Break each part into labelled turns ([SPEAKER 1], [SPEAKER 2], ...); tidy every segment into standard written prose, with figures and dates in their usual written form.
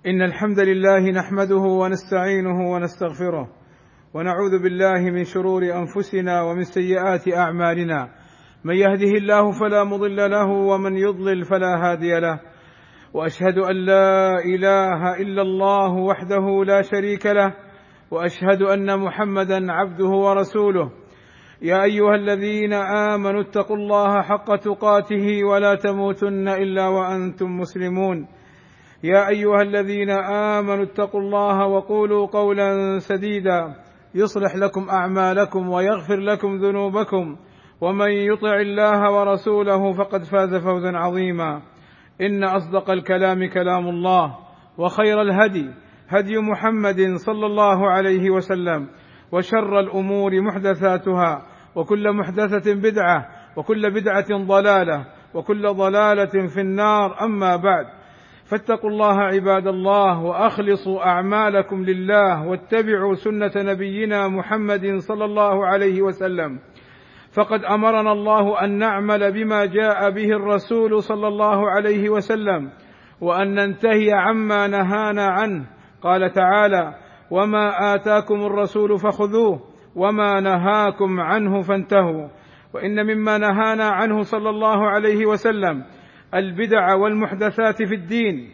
[SPEAKER 1] إن الحمد لله نحمده ونستعينه ونستغفره، ونعوذ بالله من شرور أنفسنا ومن سيئات أعمالنا. من يهده الله فلا مضل له، ومن يضلل فلا هادي له. وأشهد أن لا إله إلا الله وحده لا شريك له، وأشهد أن محمدا عبده ورسوله. يا أيها الذين آمنوا اتقوا الله حق تقاته ولا تموتن إلا وأنتم مسلمون. يا أيها الذين آمنوا اتقوا الله وقولوا قولا سديدا يصلح لكم أعمالكم ويغفر لكم ذنوبكم، ومن يطع الله ورسوله فقد فاز فوزا عظيما. إن أصدق الكلام كلام الله، وخير الهدي هدي محمد صلى الله عليه وسلم، وشر الأمور محدثاتها، وكل محدثة بدعة، وكل بدعة ضلالة، وكل ضلالة في النار. أما بعد، فاتقوا الله عباد الله، وأخلصوا أعمالكم لله، واتبعوا سنة نبينا محمد صلى الله عليه وسلم، فقد أمرنا الله أن نعمل بما جاء به الرسول صلى الله عليه وسلم، وأن ننتهي عما نهانا عنه. قال تعالى: وما آتاكم الرسول فخذوه، وما نهاكم عنه فانتهوا. وإن مما نهانا عنه صلى الله عليه وسلم البدع والمحدثات في الدين،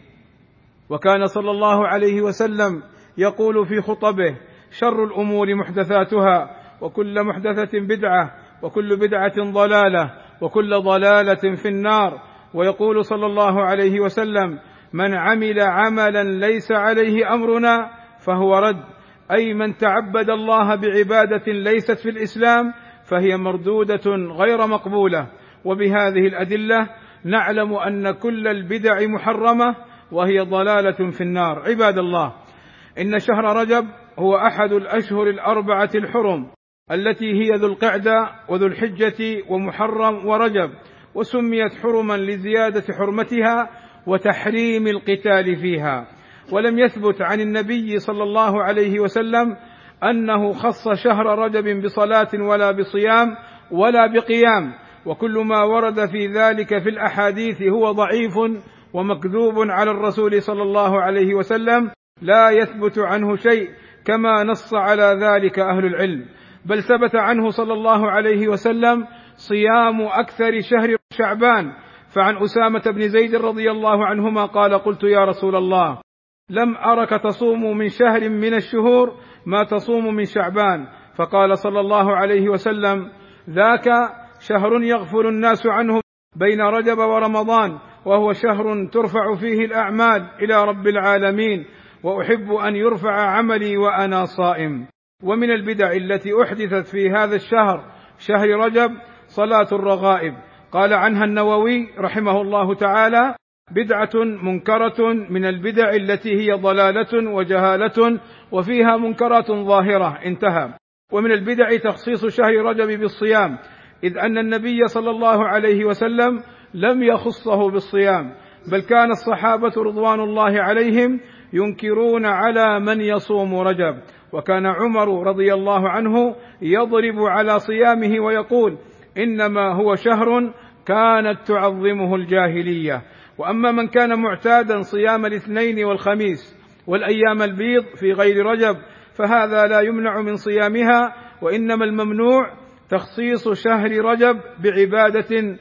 [SPEAKER 1] وكان صلى الله عليه وسلم يقول في خطبه: شر الأمور محدثاتها، وكل محدثة بدعة، وكل بدعة ضلالة، وكل ضلالة في النار. ويقول صلى الله عليه وسلم: من عمل عملا ليس عليه أمرنا فهو رد، أي من تعبد الله بعبادة ليست في الإسلام فهي مردودة غير مقبولة. وبهذه الأدلة نعلم أن كل البدع محرمة، وهي ضلالة في النار. عباد الله، إن شهر رجب هو أحد الأشهر الأربعة الحرم، التي هي ذو القعدة وذو الحجة ومحرم ورجب، وسميت حرما لزيادة حرمتها وتحريم القتال فيها. ولم يثبت عن النبي صلى الله عليه وسلم أنه خص شهر رجب بصلاة ولا بصيام ولا بقيام، وكل ما ورد في ذلك في الأحاديث هو ضعيف ومكذوب على الرسول صلى الله عليه وسلم، لا يثبت عنه شيء، كما نص على ذلك أهل العلم. بل ثبت عنه صلى الله عليه وسلم صيام أكثر شهر شعبان. فعن أسامة بن زيد رضي الله عنهما قال: قلت يا رسول الله، لم أرك تصوم من شهر من الشهور ما تصوم من شعبان. فقال صلى الله عليه وسلم: ذاك شهر يغفل الناس عنه بين رجب ورمضان، وهو شهر ترفع فيه الأعمال إلى رب العالمين، وأحب أن يرفع عملي وأنا صائم. ومن البدع التي أحدثت في هذا الشهر، شهر رجب، صلاة الرغائب. قال عنها النووي رحمه الله تعالى: بدعة منكرة من البدع التي هي ضلالة وجهالة، وفيها منكرات ظاهرة. انتهى. ومن البدع تخصيص شهر رجب بالصيام، إذ أن النبي صلى الله عليه وسلم لم يخصه بالصيام، بل كان الصحابة رضوان الله عليهم ينكرون على من يصوم رجب. وكان عمر رضي الله عنه يضرب على صيامه ويقول: إنما هو شهر كانت تعظمه الجاهلية. وأما من كان معتادا صيام الاثنين والخميس والأيام البيض في غير رجب فهذا لا يمنع من صيامها، وإنما الممنوع تخصيص شهر رجب بعبادة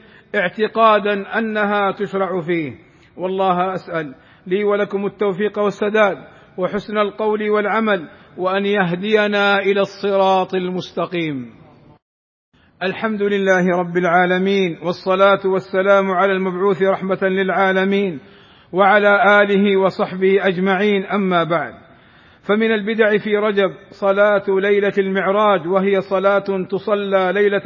[SPEAKER 1] اعتقادا أنها تشرع فيه. والله أسأل لي ولكم التوفيق والسداد وحسن القول والعمل، وأن يهدينا إلى الصراط المستقيم. الحمد لله رب العالمين، والصلاة والسلام على المبعوث رحمة للعالمين، وعلى آله وصحبه أجمعين. أما بعد، فمن البدع في رجب صلاة ليلة المعراج، وهي صلاة تصلى ليلة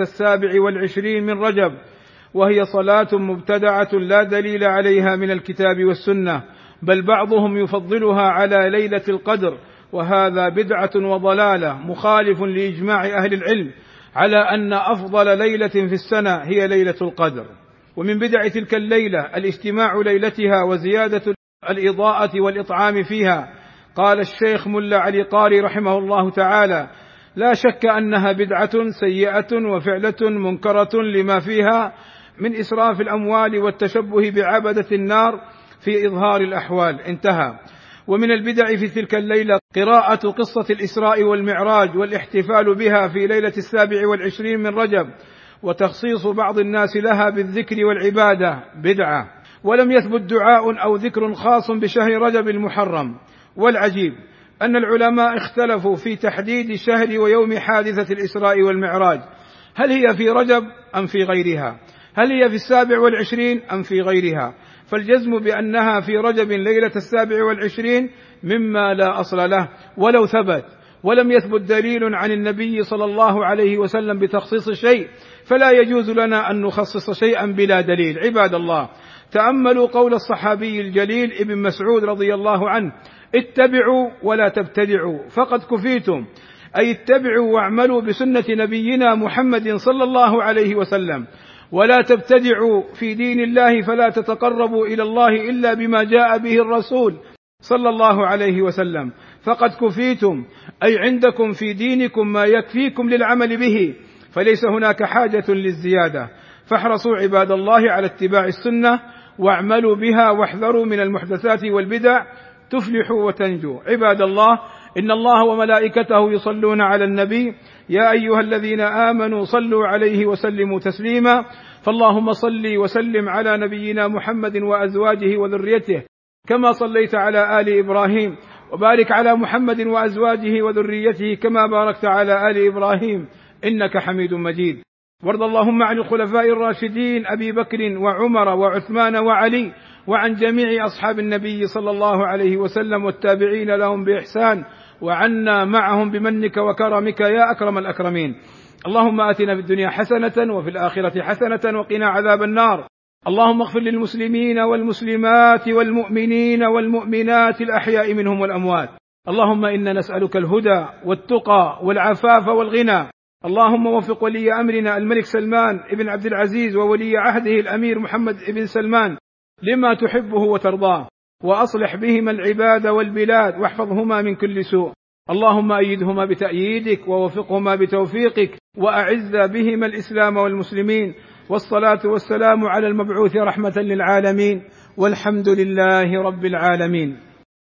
[SPEAKER 1] 27 من رجب، وهي صلاة مبتدعة لا دليل عليها من الكتاب والسنة، بل بعضهم يفضلها على ليلة القدر، وهذا بدعة وضلالة مخالف لإجماع أهل العلم على أن أفضل ليلة في السنة هي ليلة القدر. ومن بدع تلك الليلة الاجتماع ليلتها وزيادة الإضاءة والإطعام فيها. قال الشيخ ملا علي قاري رحمه الله تعالى: لا شك أنها بدعة سيئة وفعلة منكرة لما فيها من إسراف الأموال والتشبه بعبدة النار في إظهار الأحوال. انتهى. ومن البدع في تلك الليلة قراءة قصة الإسراء والمعراج والاحتفال بها في ليلة 27 من رجب، وتخصيص بعض الناس لها بالذكر والعبادة بدعة، ولم يثبت دعاء أو ذكر خاص بشهر رجب المحرم. والعجيب أن العلماء اختلفوا في تحديد شهر ويوم حادثة الإسراء والمعراج، هل هي في رجب أم في غيرها؟ هل هي في 27 أم في غيرها؟ فالجزم بأنها في رجب ليلة 27 مما لا أصل له ولو ثبت، ولم يثبت دليل عن النبي صلى الله عليه وسلم بتخصيص شيء، فلا يجوز لنا أن نخصص شيئا بلا دليل. عباد الله، تأملوا قول الصحابي الجليل ابن مسعود رضي الله عنه: اتبعوا ولا تبتدعوا فقد كفيتم، أي اتبعوا واعملوا بسنة نبينا محمد صلى الله عليه وسلم، ولا تبتدعوا في دين الله فلا تتقربوا إلى الله إلا بما جاء به الرسول صلى الله عليه وسلم، فقد كفيتم، أي عندكم في دينكم ما يكفيكم للعمل به، فليس هناك حاجة للزيادة. فاحرصوا عباد الله على اتباع السنة واعملوا بها واحذروا من المحدثات والبدع تفلحوا وتنجوا. عباد الله، إن الله وملائكته يصلون على النبي، يا أيها الذين آمنوا صلوا عليه وسلموا تسليما. فاللهم صل وسلم على نبينا محمد وأزواجه وذريته كما صليت على آل إبراهيم، وبارك على محمد وأزواجه وذريته كما باركت على آل إبراهيم إنك حميد مجيد. وارض اللهم عن الخلفاء الراشدين أبي بكر وعمر وعثمان وعلي، وعن جميع أصحاب النبي صلى الله عليه وسلم والتابعين لهم بإحسان، وعنا معهم بمنك وكرمك يا أكرم الأكرمين. اللهم آتنا في الدنيا حسنة وفي الآخرة حسنة وقنا عذاب النار. اللهم اغفر للمسلمين والمسلمات والمؤمنين والمؤمنات الأحياء منهم والأموات. اللهم إنا نسألك الهدى والتقى والعفاف والغنى. اللهم وفق ولي أمرنا الملك سلمان ابن عبد العزيز وولي عهده الأمير محمد ابن سلمان لما تحبه وترضاه، وأصلح بهما العباد والبلاد، واحفظهما من كل سوء. اللهم أيدهما بتأييدك ووفقهما بتوفيقك، وأعز بهما الإسلام والمسلمين. والصلاة والسلام على المبعوث رحمة للعالمين، والحمد لله رب العالمين.